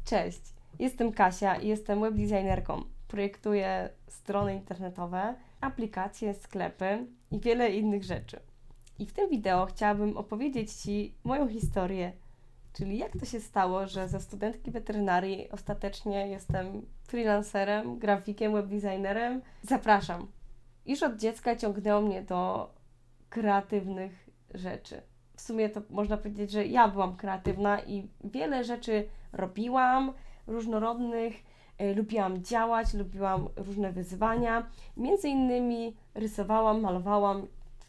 Cześć, jestem Kasia i jestem webdesignerką. Projektuję strony internetowe, aplikacje, sklepy i wiele innych rzeczy. I w tym wideo chciałabym opowiedzieć Ci moją historię, czyli jak to się stało, że ze studentki weterynarii ostatecznie jestem freelancerem, grafikiem, webdesignerem. Zapraszam. Już od dziecka ciągnęło mnie do kreatywnych rzeczy. W sumie to można powiedzieć, że ja byłam kreatywna i wiele rzeczy robiłam, różnorodnych, lubiłam działać, lubiłam różne wyzwania. Między innymi rysowałam, malowałam,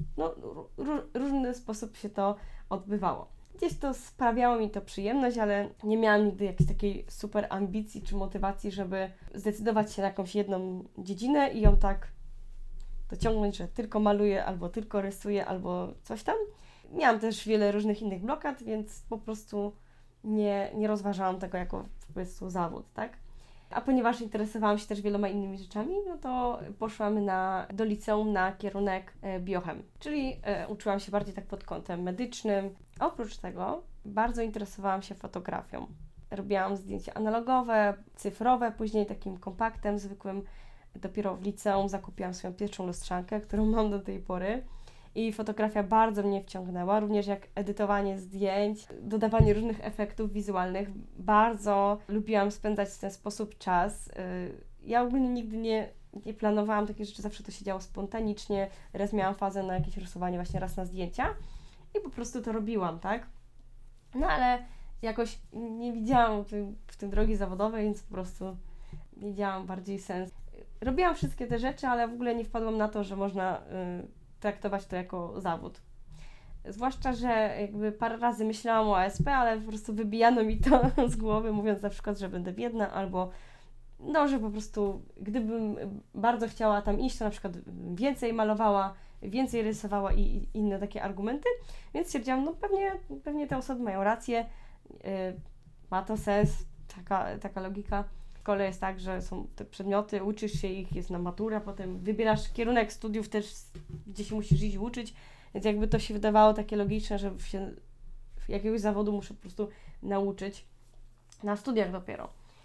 różny sposób się to odbywało. Gdzieś to sprawiało mi to przyjemność, ale nie miałam nigdy jakiejś takiej super ambicji czy motywacji, żeby zdecydować się na jakąś jedną dziedzinę i ją tak dociągnąć, że tylko maluję, albo tylko rysuję, albo coś tam. Miałam też wiele różnych innych blokad, więc po prostu nie rozważałam tego jako po prostu zawód, tak? A ponieważ interesowałam się też wieloma innymi rzeczami, no to poszłam do liceum na kierunek biochem, czyli uczyłam się bardziej tak pod kątem medycznym. Oprócz tego bardzo interesowałam się fotografią. Robiłam zdjęcia analogowe, cyfrowe, później takim kompaktem zwykłym. Dopiero w liceum zakupiłam swoją pierwszą lustrzankę, którą mam do tej pory. I fotografia bardzo mnie wciągnęła, również jak edytowanie zdjęć, dodawanie różnych efektów wizualnych. Bardzo lubiłam spędzać w ten sposób czas. Ja ogólnie nigdy nie planowałam takich rzeczy, zawsze to się działo spontanicznie. Raz miałam fazę na jakieś rysowanie, właśnie raz na zdjęcia i po prostu to robiłam, tak? No ale jakoś nie widziałam w tym drogi zawodowej, więc po prostu widziałam bardziej sens. Robiłam wszystkie te rzeczy, ale w ogóle nie wpadłam na to, że można traktować to jako zawód. Zwłaszcza, że jakby parę razy myślałam o ASP, ale po prostu wybijano mi to z głowy, mówiąc na przykład, że będę biedna, albo że po prostu gdybym bardzo chciała tam iść, to na przykład więcej malowała, więcej rysowała i inne takie argumenty, więc stwierdziłam, pewnie te osoby mają rację, ma to sens, taka logika. W szkole jest tak, że są te przedmioty, uczysz się ich, jest na matura, potem wybierasz kierunek studiów też, gdzie się musisz iść uczyć, więc jakby to się wydawało takie logiczne, że się jakiegoś zawodu muszę po prostu nauczyć na studiach dopiero.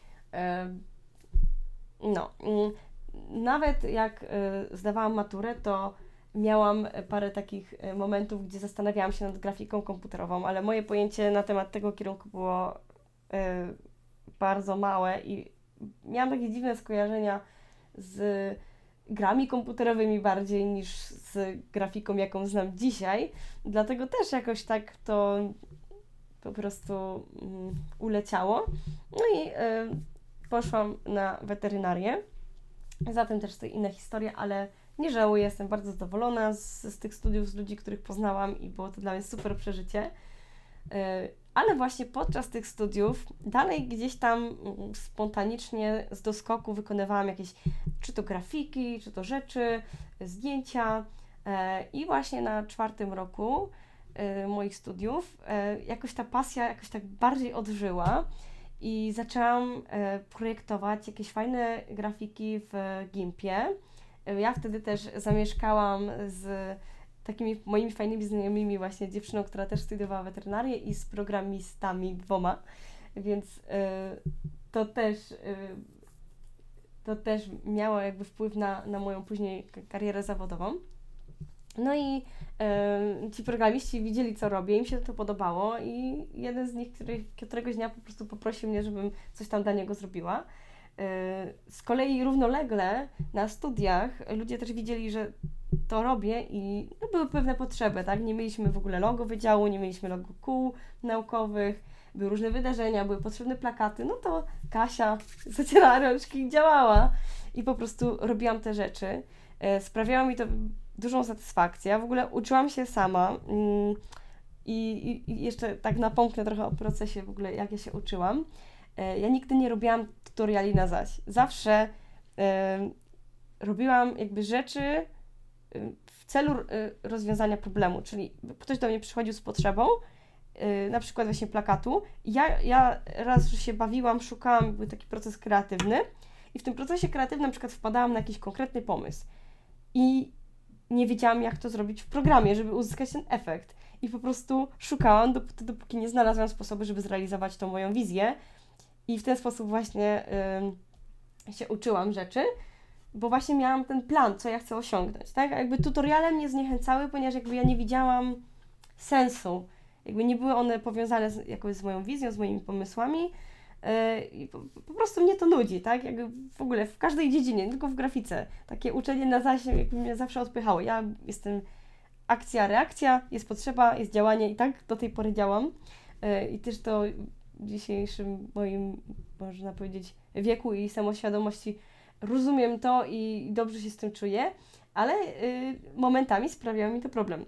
Nawet jak zdawałam maturę, to miałam parę takich momentów, gdzie zastanawiałam się nad grafiką komputerową, ale moje pojęcie na temat tego kierunku było bardzo małe i miałam takie dziwne skojarzenia z grami komputerowymi bardziej niż z grafiką, jaką znam dzisiaj. Dlatego też jakoś tak to po prostu uleciało. No i poszłam na weterynarię. Zatem też to inna historia, ale nie żałuję, jestem bardzo zadowolona z tych studiów, z ludzi, których poznałam i było to dla mnie super przeżycie. Ale właśnie podczas tych studiów dalej gdzieś tam spontanicznie z doskoku wykonywałam jakieś czy to grafiki, czy to rzeczy, zdjęcia i właśnie na 4. roku moich studiów jakoś ta pasja jakoś tak bardziej odżyła i zaczęłam projektować jakieś fajne grafiki w Gimpie. Ja wtedy też zamieszkałam z takimi moimi fajnymi znajomymi, właśnie dziewczyną, która też studiowała weterynarię i z programistami 2, więc to też miało jakby wpływ na moją później karierę zawodową. No i ci programiści widzieli, co robię, im się to podobało i jeden z nich któregoś dnia po prostu poprosił mnie, żebym coś tam dla niego zrobiła. Z kolei równolegle na studiach ludzie też widzieli, że to robię i były pewne potrzeby, tak? Nie mieliśmy w ogóle logo wydziału, nie mieliśmy logo kół naukowych, były różne wydarzenia, były potrzebne plakaty, no to Kasia zacierała rączki i działała i po prostu robiłam te rzeczy. Sprawiało mi to dużą satysfakcję. Ja w ogóle uczyłam się sama i jeszcze tak napomknę trochę o procesie w ogóle, jak ja się uczyłam. Ja nigdy nie robiłam tutoriali na zaś. Zawsze robiłam jakby rzeczy w celu rozwiązania problemu, czyli ktoś do mnie przychodził z potrzebą, na przykład właśnie plakatu. Ja raz się bawiłam, szukałam, był taki proces kreatywny i w tym procesie kreatywnym na przykład wpadałam na jakiś konkretny pomysł i nie wiedziałam, jak to zrobić w programie, żeby uzyskać ten efekt. I po prostu szukałam, dopóki nie znalazłam sposobu, żeby zrealizować tą moją wizję. I w ten sposób właśnie się uczyłam rzeczy, bo właśnie miałam ten plan, co ja chcę osiągnąć, tak? A jakby tutoriale mnie zniechęcały, ponieważ jakby ja nie widziałam sensu. Jakby nie były one powiązane z moją wizją, z moimi pomysłami i po prostu mnie to nudzi, tak? Jakby w ogóle w każdej dziedzinie, nie tylko w grafice. Takie uczenie na zasięg jakby mnie zawsze odpychało. Ja jestem akcja, reakcja, jest potrzeba, jest działanie i tak do tej pory działam. I też to w dzisiejszym moim, można powiedzieć, wieku i samoświadomości rozumiem to i dobrze się z tym czuję, ale momentami sprawia mi to problem.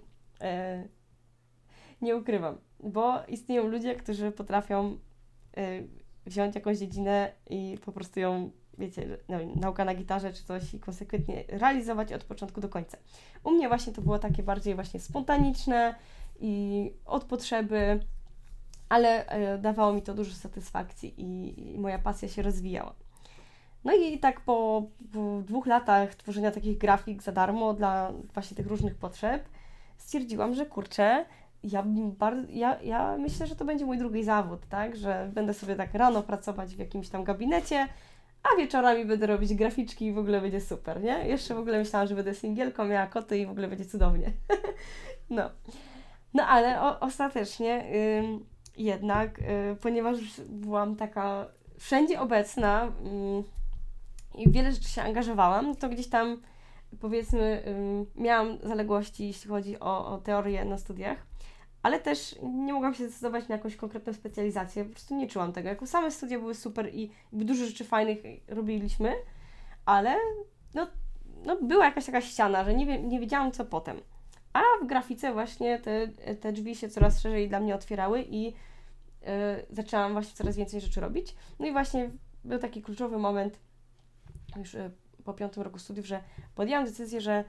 Nie ukrywam, bo istnieją ludzie, którzy potrafią wziąć jakąś dziedzinę i po prostu ją, wiecie, no, nauka na gitarze czy coś i konsekwentnie realizować od początku do końca. U mnie właśnie to było takie bardziej właśnie spontaniczne i od potrzeby, ale dawało mi to dużo satysfakcji i moja pasja się rozwijała. No i tak po 2 latach tworzenia takich grafik za darmo dla właśnie tych różnych potrzeb stwierdziłam, że kurczę, ja myślę, że to będzie mój drugi zawód, tak, że będę sobie tak rano pracować w jakimś tam gabinecie, a wieczorami będę robić graficzki i w ogóle będzie super, nie? Jeszcze w ogóle myślałam, że będę singielką, miała koty i w ogóle będzie cudownie. No ale ostatecznie jednak, ponieważ byłam taka wszędzie obecna i wiele rzeczy się angażowałam, to gdzieś tam powiedzmy miałam zaległości, jeśli chodzi o teorię na studiach, ale też nie mogłam się zdecydować na jakąś konkretną specjalizację, po prostu nie czułam tego. Jako same studia były super i dużo rzeczy fajnych robiliśmy, ale no była jakaś taka ściana, że nie wiedziałam co potem. A w grafice właśnie te drzwi się coraz szerzej dla mnie otwierały i zaczęłam właśnie coraz więcej rzeczy robić. No i właśnie był taki kluczowy moment już po 5. roku studiów, że podjęłam decyzję, że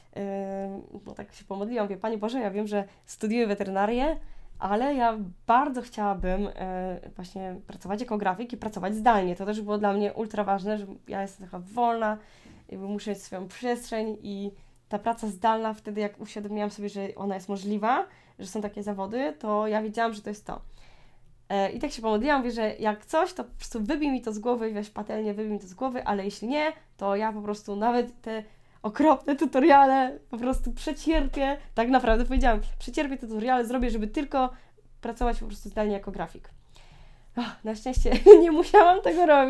no tak się pomodliłam, wie Panie Boże, ja wiem, że studiuję weterynarię, ale ja bardzo chciałabym właśnie pracować jako grafik i pracować zdalnie. To też było dla mnie ultra ważne, że ja jestem taka wolna, jakby muszę mieć swoją przestrzeń i ta praca zdalna, wtedy jak uświadomiłam sobie, że ona jest możliwa, że są takie zawody, to ja wiedziałam, że to jest to. I tak się pomodliłam, mówię, że jak coś, to po prostu wybij mi to z głowy, weź patelnię, wybij mi to z głowy, ale jeśli nie, to ja po prostu nawet te okropne tutoriale po prostu przecierpię, tak naprawdę powiedziałam, przecierpię te tutoriale, zrobię, żeby tylko pracować po prostu zdalnie jako grafik. Na szczęście nie musiałam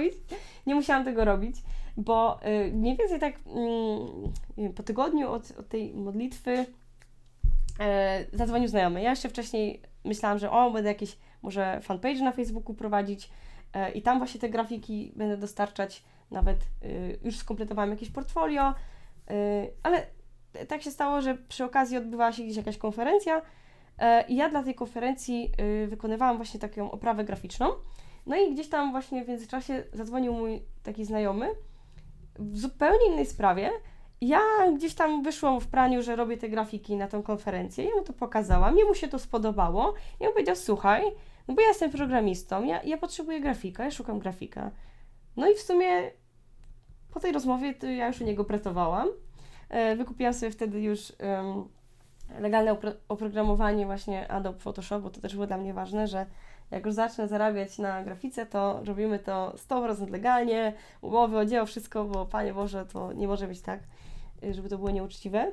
tego robić, bo mniej więcej tak po tygodniu od tej modlitwy zadzwonił znajomy. Ja jeszcze wcześniej myślałam, że będę jakieś może fanpage na Facebooku prowadzić i tam właśnie te grafiki będę dostarczać, nawet już skompletowałam jakieś portfolio, ale tak się stało, że przy okazji odbywała się gdzieś jakaś konferencja i ja dla tej konferencji wykonywałam właśnie taką oprawę graficzną. No i gdzieś tam właśnie w międzyczasie zadzwonił mój taki znajomy w zupełnie innej sprawie. Ja gdzieś tam wyszłam w praniu, że robię te grafiki na tą konferencję. Ja mu to pokazałam, jemu się to spodobało. I on powiedział, słuchaj, no bo ja jestem programistą, ja potrzebuję grafika, ja szukam grafika. No i w sumie po tej rozmowie to ja już u niego pracowałam. Wykupiłam sobie wtedy już legalne oprogramowanie właśnie Adobe Photoshop, bo to też było dla mnie ważne, że jak już zacznę zarabiać na grafice, to robimy to 100% legalnie, umowy o dzieło, wszystko, bo Panie Boże, to nie może być tak, żeby to było nieuczciwe.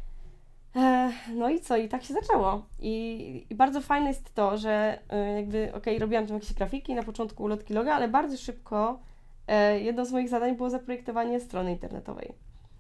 No i co? I tak się zaczęło. I bardzo fajne jest to, że jakby, robiłam tam jakieś grafiki, na początku ulotki loga, ale bardzo szybko jedno z moich zadań było zaprojektowanie strony internetowej.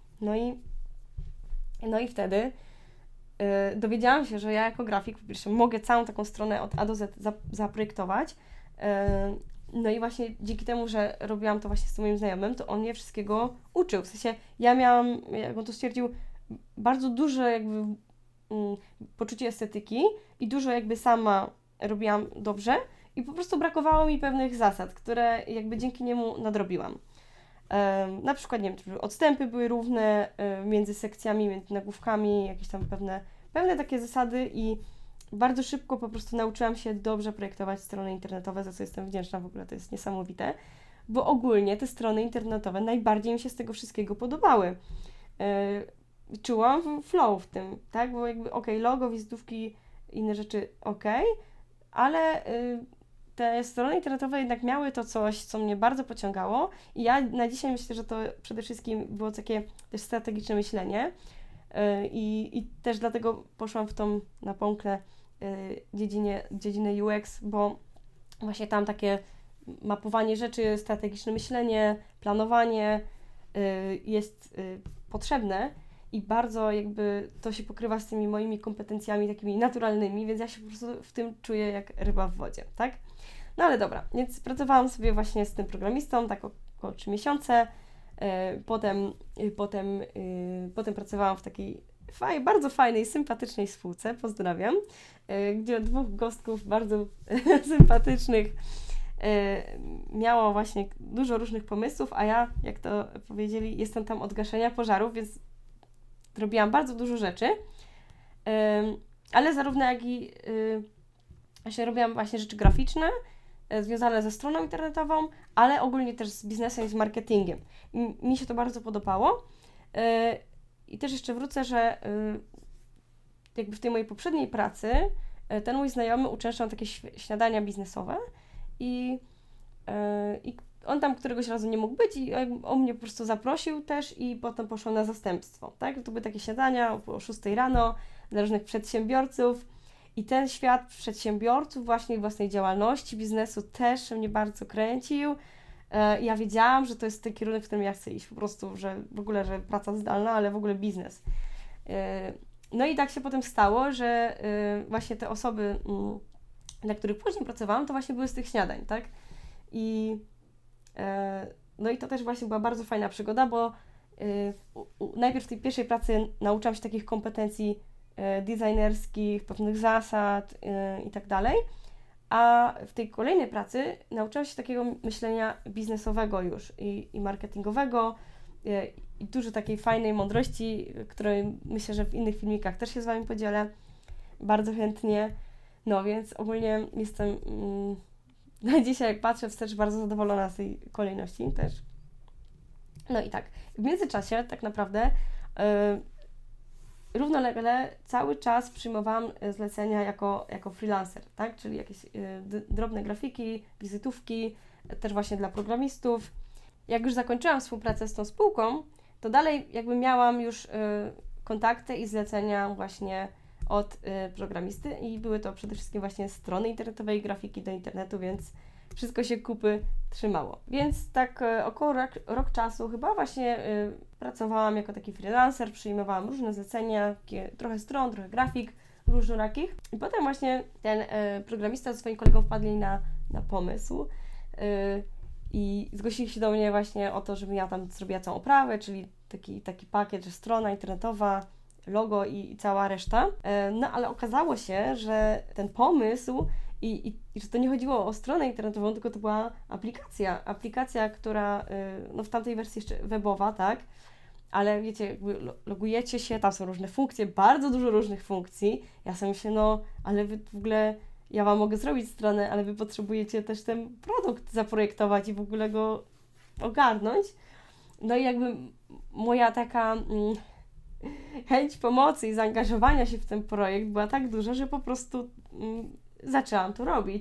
No i wtedy dowiedziałam się, że ja jako grafik po pierwsze mogę całą taką stronę od A do Z zaprojektować. No i właśnie dzięki temu, że robiłam to właśnie z tym moim znajomym, to on mnie wszystkiego uczył. W sensie ja miałam, jak on to stwierdził, bardzo duże jakby poczucie estetyki i dużo jakby sama robiłam dobrze i po prostu brakowało mi pewnych zasad, które jakby dzięki niemu nadrobiłam. Na przykład, nie wiem, czy odstępy były równe między sekcjami, między nagłówkami, jakieś tam pewne takie zasady i bardzo szybko po prostu nauczyłam się dobrze projektować strony internetowe, za co jestem wdzięczna w ogóle, to jest niesamowite, bo ogólnie te strony internetowe najbardziej mi się z tego wszystkiego podobały. Czułam flow w tym, tak, bo jakby logo, wizytówki, inne rzeczy ale te strony internetowe jednak miały to coś, co mnie bardzo pociągało i ja na dzisiaj myślę, że to przede wszystkim było takie też strategiczne myślenie i też dlatego poszłam w tą napąklę dziedzinę UX, bo właśnie tam takie mapowanie rzeczy, strategiczne myślenie, planowanie jest potrzebne i bardzo jakby to się pokrywa z tymi moimi kompetencjami takimi naturalnymi, więc ja się po prostu w tym czuję jak ryba w wodzie, tak? No ale dobra, więc pracowałam sobie właśnie z tym programistą tak około 3 miesiące, potem pracowałam w takiej bardzo fajnej, sympatycznej spółce, pozdrawiam, gdzie 2 gostków bardzo sympatycznych miało właśnie dużo różnych pomysłów, a ja, jak to powiedzieli, jestem tam od gaszenia pożarów, więc robiłam bardzo dużo rzeczy, ale zarówno jak i właśnie robiłam właśnie rzeczy graficzne, związane ze stroną internetową, ale ogólnie też z biznesem i z marketingiem. Mi się to bardzo podobało. I też jeszcze wrócę, że jakby w tej mojej poprzedniej pracy ten mój znajomy uczęszczał takie śniadania biznesowe i on tam któregoś razu nie mógł być i on mnie po prostu zaprosił też i potem poszło na zastępstwo, tak? To były takie śniadania o 6 rano dla różnych przedsiębiorców i ten świat przedsiębiorców właśnie własnej działalności, biznesu też mnie bardzo kręcił. Ja wiedziałam, że to jest ten kierunek, w którym ja chcę iść, po prostu, że w ogóle, że praca zdalna, ale w ogóle biznes. No i tak się potem stało, że właśnie te osoby, dla których później pracowałam, to właśnie były z tych śniadań, tak? No i to też właśnie była bardzo fajna przygoda, bo najpierw w tej pierwszej pracy nauczyłam się takich kompetencji designerskich, pewnych zasad i tak dalej, a w tej kolejnej pracy nauczyłam się takiego myślenia biznesowego już i marketingowego i dużo takiej fajnej mądrości, której myślę, że w innych filmikach też się z Wami podzielę bardzo chętnie. No więc ogólnie jestem dzisiaj, jak patrzę wstecz, bardzo zadowolona z tej kolejności też. No i tak, w międzyczasie tak naprawdę równolegle cały czas przyjmowałam zlecenia jako freelancer, tak? Czyli jakieś drobne grafiki, wizytówki, też właśnie dla programistów. Jak już zakończyłam współpracę z tą spółką, to dalej jakby miałam już kontakty i zlecenia właśnie od programisty i były to przede wszystkim właśnie strony internetowe i grafiki do internetu, więc wszystko się kupy trzymało. Więc tak około rok czasu chyba właśnie pracowałam jako taki freelancer, przyjmowałam różne zlecenia, trochę stron, trochę grafik, różnorakich. I potem właśnie ten programista ze swoim kolegą wpadli na pomysł i zgłosili się do mnie właśnie o to, żebym ja tam zrobiła całą oprawę, czyli taki pakiet, że strona internetowa, logo i cała reszta. No ale okazało się, że ten pomysł i że to nie chodziło o stronę internetową, tylko to była aplikacja, która no w tamtej wersji jeszcze webowa, tak, ale wiecie, jakby logujecie się, tam są różne funkcje, bardzo dużo różnych funkcji. Ja sobie myślę, no ale wy w ogóle, ja Wam mogę zrobić stronę, ale Wy potrzebujecie też ten produkt zaprojektować i w ogóle go ogarnąć. No i jakby moja taka chęć pomocy i zaangażowania się w ten projekt była tak duża, że po prostu zaczęłam to robić.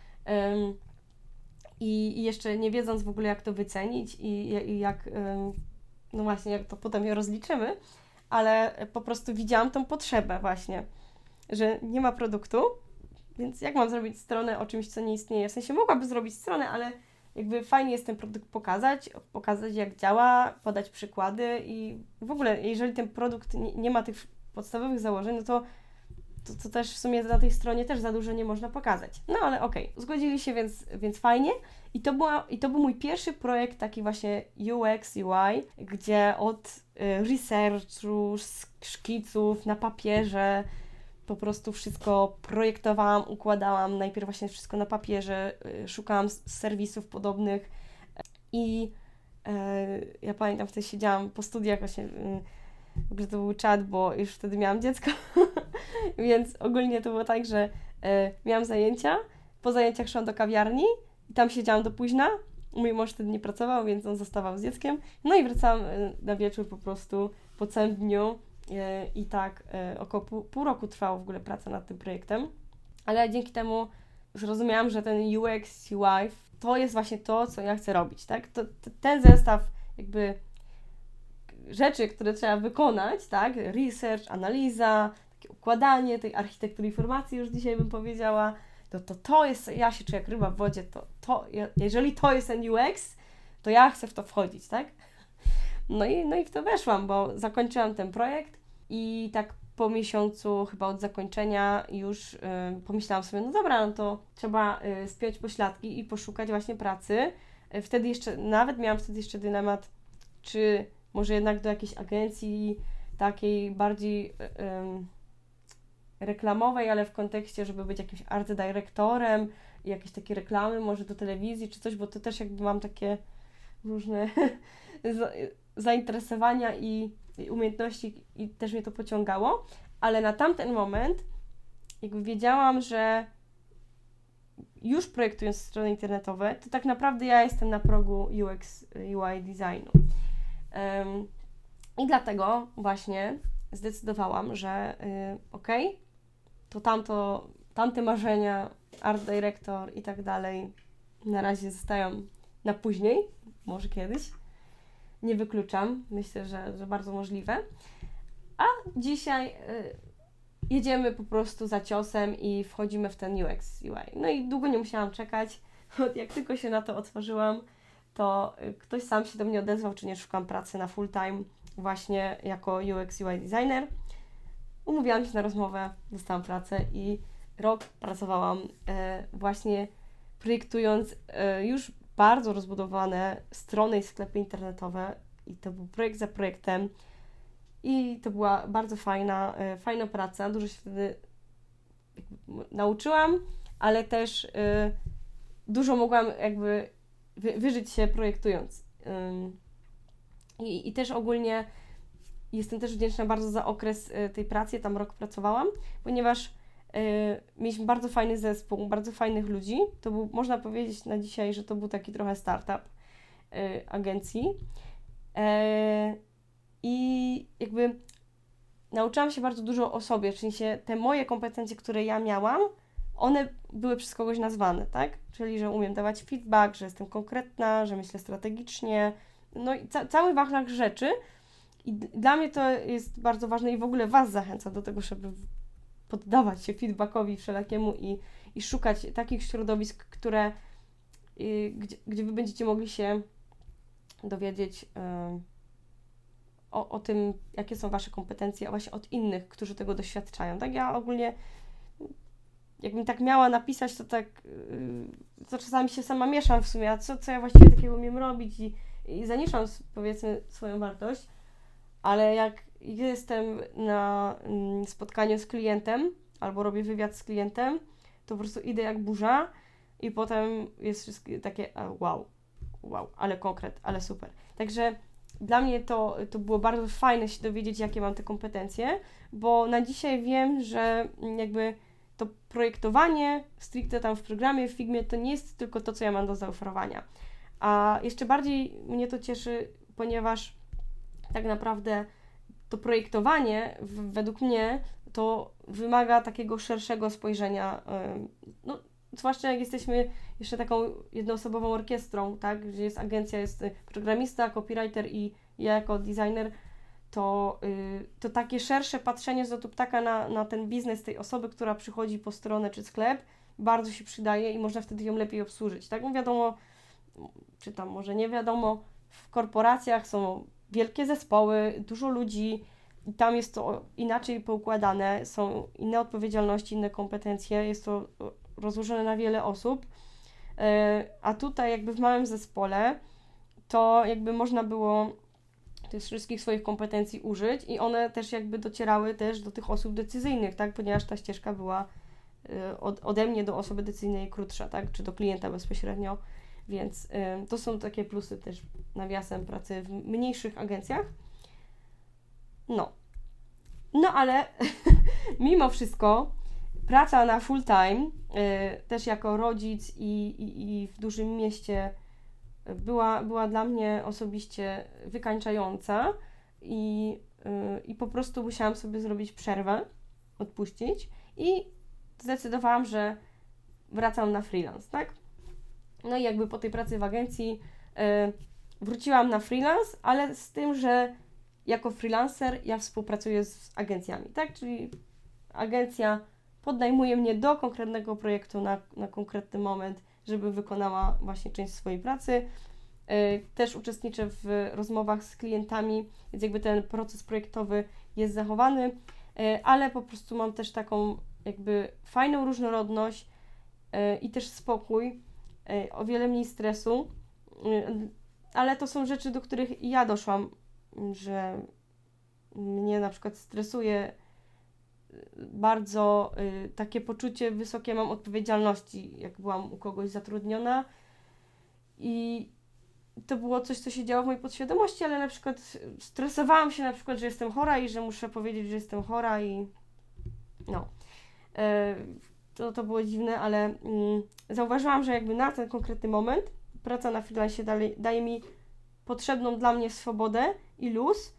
I jeszcze nie wiedząc w ogóle, jak to wycenić i jak, no właśnie, jak to potem je rozliczymy, ale po prostu widziałam tą potrzebę właśnie, że nie ma produktu, więc jak mam zrobić stronę o czymś, co nie istnieje? W sensie mogłabym zrobić stronę, ale jakby fajnie jest ten produkt pokazać jak działa, podać przykłady i w ogóle, jeżeli ten produkt nie ma tych podstawowych założeń, no to też w sumie na tej stronie też za dużo nie można pokazać. No ale okej, zgodzili się, więc fajnie. I to był mój pierwszy projekt taki właśnie UX, UI, gdzie od researchu, szkiców na papierze po prostu wszystko projektowałam, układałam, najpierw właśnie wszystko na papierze, szukałam serwisów podobnych i ja pamiętam, wtedy siedziałam po studiach właśnie, w ogóle to był czat, bo już wtedy miałam dziecko, więc ogólnie to było tak, że miałam zajęcia, po zajęciach szłam do kawiarni i tam siedziałam do późna, mój mąż wtedy nie pracował, więc on zostawał z dzieckiem, no i wracałam na wieczór po prostu po całym dniu i tak około pół roku trwała w ogóle praca nad tym projektem, ale dzięki temu zrozumiałam, że ten UX, UI to jest właśnie to, co ja chcę robić, tak? Ten zestaw jakby rzeczy, które trzeba wykonać, tak? Research, analiza, takie układanie tej architektury informacji, już dzisiaj bym powiedziała, to jest, ja się czuję jak ryba w wodzie, jeżeli to jest ten UX, to ja chcę w to wchodzić, tak? No i w to weszłam, bo zakończyłam ten projekt i tak po miesiącu chyba od zakończenia już pomyślałam sobie, no dobra, no to trzeba spiąć pośladki i poszukać właśnie pracy. Miałam wtedy jeszcze dylemat, czy może jednak do jakiejś agencji takiej bardziej reklamowej, ale w kontekście, żeby być jakimś art dyrektorem i jakieś takie reklamy, może do telewizji czy coś, bo to też jakby mam takie różne zainteresowania i umiejętności i też mnie to pociągało, ale na tamten moment jakby wiedziałam, że już projektując strony internetowe, to tak naprawdę ja jestem na progu UX, UI designu. I dlatego właśnie zdecydowałam, że to tamte marzenia, art director i tak dalej na razie zostają na później, może kiedyś. Nie wykluczam, myślę, że bardzo możliwe. A dzisiaj jedziemy po prostu za ciosem i wchodzimy w ten UX, UI. No i długo nie musiałam czekać. Jak tylko się na to otworzyłam, to ktoś sam się do mnie odezwał, czy nie szukam pracy na full time właśnie jako UX, UI designer. Umówiłam się na rozmowę, dostałam pracę i rok pracowałam właśnie projektując już bardzo rozbudowane strony i sklepy internetowe i to był projekt za projektem i to była bardzo fajna praca, dużo się wtedy nauczyłam, ale też dużo mogłam jakby wyżyć się projektując. I też ogólnie jestem też wdzięczna bardzo za okres tej pracy, tam rok pracowałam, ponieważ mieliśmy bardzo fajny zespół, bardzo fajnych ludzi. To był, można powiedzieć na dzisiaj, że to był taki trochę startup agencji. I jakby nauczyłam się bardzo dużo o sobie, w sensie te moje kompetencje, które ja miałam, one były przez kogoś nazwane, tak? Czyli, że umiem dawać feedback, że jestem konkretna, że myślę strategicznie, no i cały wachlarz rzeczy. I dla mnie to jest bardzo ważne i w ogóle Was zachęcam do tego, żeby poddawać się feedbackowi wszelakiemu i szukać takich środowisk, gdzie Wy będziecie mogli się dowiedzieć o tym, jakie są Wasze kompetencje, a właśnie od innych, którzy tego doświadczają. Tak, ja ogólnie, jakbym tak miała napisać, to czasami się sama mieszam w sumie, a co ja właściwie takiego umiem robić i zaniżam, powiedzmy, swoją wartość, ale jak jestem na spotkaniu z klientem albo robię wywiad z klientem, to po prostu idę jak burza i potem jest wszystkie takie wow, ale konkret, ale super. Także dla mnie to było bardzo fajne się dowiedzieć, jakie mam te kompetencje, bo na dzisiaj wiem, że jakby to projektowanie stricte tam w programie, w Figmie, to nie jest tylko to, co ja mam do zaoferowania. A jeszcze bardziej mnie to cieszy, ponieważ tak naprawdę to projektowanie według mnie to wymaga takiego szerszego spojrzenia, no, zwłaszcza jak jesteśmy jeszcze taką jednoosobową orkiestrą, tak, gdzie jest agencja, jest programista, copywriter i ja jako designer, to takie szersze patrzenie z lotu ptaka na ten biznes tej osoby, która przychodzi po stronę czy sklep, bardzo się przydaje i można wtedy ją lepiej obsłużyć, tak, no wiadomo, czy tam może nie wiadomo, w korporacjach są wielkie zespoły, dużo ludzi i tam jest to inaczej poukładane, są inne odpowiedzialności, inne kompetencje, jest to rozłożone na wiele osób, a tutaj jakby w małym zespole to jakby można było tych wszystkich swoich kompetencji użyć i one też jakby docierały też do tych osób decyzyjnych, tak, ponieważ ta ścieżka była ode mnie do osoby decyzyjnej krótsza, tak, czy do klienta bezpośrednio, więc to są takie plusy też nawiasem pracy w mniejszych agencjach. No ale mimo wszystko praca na full time, też jako rodzic i w dużym mieście była dla mnie osobiście wykańczająca i po prostu musiałam sobie zrobić przerwę, odpuścić i zdecydowałam, że wracam na freelance, tak? No i jakby po tej pracy w agencji wróciłam na freelance, ale z tym, że jako freelancer ja współpracuję z agencjami, tak? Czyli agencja podnajmuje mnie do konkretnego projektu na konkretny moment, żeby wykonała właśnie część swojej pracy. Też uczestniczę w rozmowach z klientami, więc jakby ten proces projektowy jest zachowany, ale po prostu mam też taką jakby fajną różnorodność i też spokój, o wiele mniej stresu, ale to są rzeczy, do których ja doszłam, że mnie na przykład stresuje bardzo takie poczucie wysokiej mam odpowiedzialności, jak byłam u kogoś zatrudniona i to było coś, co się działo w mojej podświadomości, ale na przykład stresowałam się na przykład, że jestem chora i że muszę powiedzieć, że jestem chora i no. To było dziwne, ale zauważyłam, że jakby na ten konkretny moment praca na freelancie daje mi potrzebną dla mnie swobodę i luz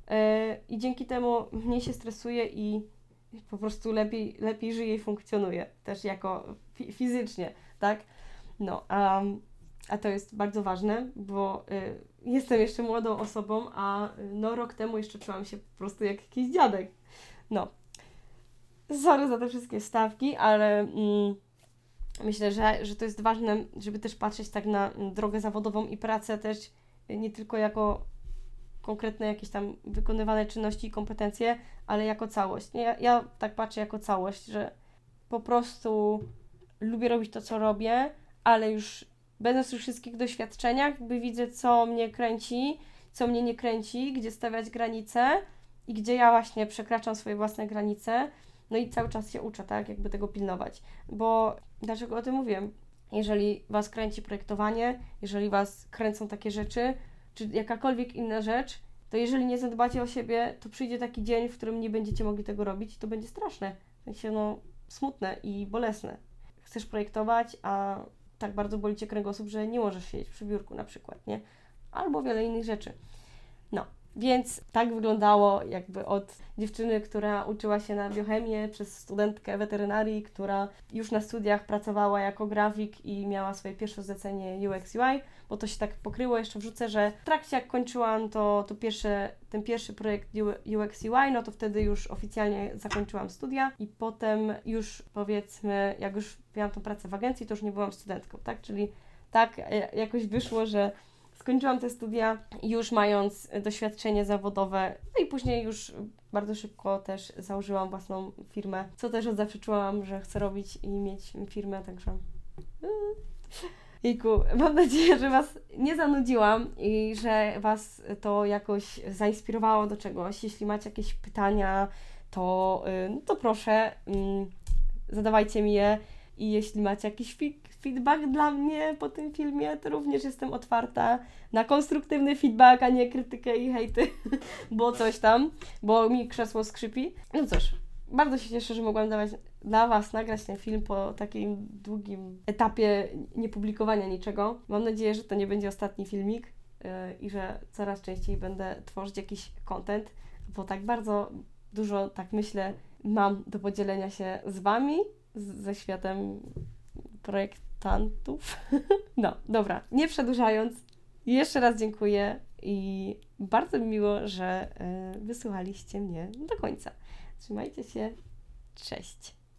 i dzięki temu mniej się stresuję i po prostu lepiej żyję i funkcjonuję też jako fizycznie, tak? No, a to jest bardzo ważne, bo jestem jeszcze młodą osobą, a no rok temu jeszcze czułam się po prostu jak jakiś dziadek. No. Sorry za te wszystkie wstawki, ale myślę, że to jest ważne, żeby też patrzeć tak na drogę zawodową i pracę też nie tylko jako konkretne jakieś tam wykonywane czynności i kompetencje, ale jako całość. Ja tak patrzę jako całość, że po prostu lubię robić to, co robię, ale już będąc w tych wszystkich doświadczeniach, jakby widzę, co mnie kręci, co mnie nie kręci, gdzie stawiać granice i gdzie ja właśnie przekraczam swoje własne granice. No i cały czas się uczę, tak, jakby tego pilnować. Bo dlaczego o tym mówię? Jeżeli Was kręci projektowanie, jeżeli Was kręcą takie rzeczy, czy jakakolwiek inna rzecz, to jeżeli nie zadbacie o siebie, to przyjdzie taki dzień, w którym nie będziecie mogli tego robić i to będzie straszne. W sensie, no, smutne i bolesne. Chcesz projektować, a tak bardzo boli Cię kręgosłup, że nie możesz siedzieć przy biurku na przykład, nie? Albo wiele innych rzeczy. No, więc tak wyglądało jakby od dziewczyny, która uczyła się na biochemię, przez studentkę weterynarii, która już na studiach pracowała jako grafik i miała swoje pierwsze zlecenie UX UI, bo to się tak pokryło. Jeszcze wrzucę, że w trakcie jak kończyłam ten pierwszy projekt UX UI, no to wtedy już oficjalnie zakończyłam studia i potem już powiedzmy, jak już miałam tą pracę w agencji, to już nie byłam studentką, tak? Czyli tak jakoś wyszło, że skończyłam te studia już mając doświadczenie zawodowe, no i później już bardzo szybko też założyłam własną firmę, co też od zawsze czułam, że chcę robić i mieć firmę, także jejku, mam nadzieję, że Was nie zanudziłam i że Was to jakoś zainspirowało do czegoś. Jeśli macie jakieś pytania, to proszę, zadawajcie mi je i jeśli macie jakiś feedback dla mnie po tym filmie, to również jestem otwarta na konstruktywny feedback, a nie krytykę i hejty, bo coś tam, bo mi krzesło skrzypi. No cóż, bardzo się cieszę, że mogłam dla Was nagrać ten film po takim długim etapie niepublikowania niczego. Mam nadzieję, że to nie będzie ostatni filmik i że coraz częściej będę tworzyć jakiś content, bo tak bardzo dużo, tak myślę, mam do podzielenia się z Wami, ze światem projektantów. No, dobra, nie przedłużając, jeszcze raz dziękuję i bardzo mi miło, że wysłuchaliście mnie do końca. Trzymajcie się, cześć!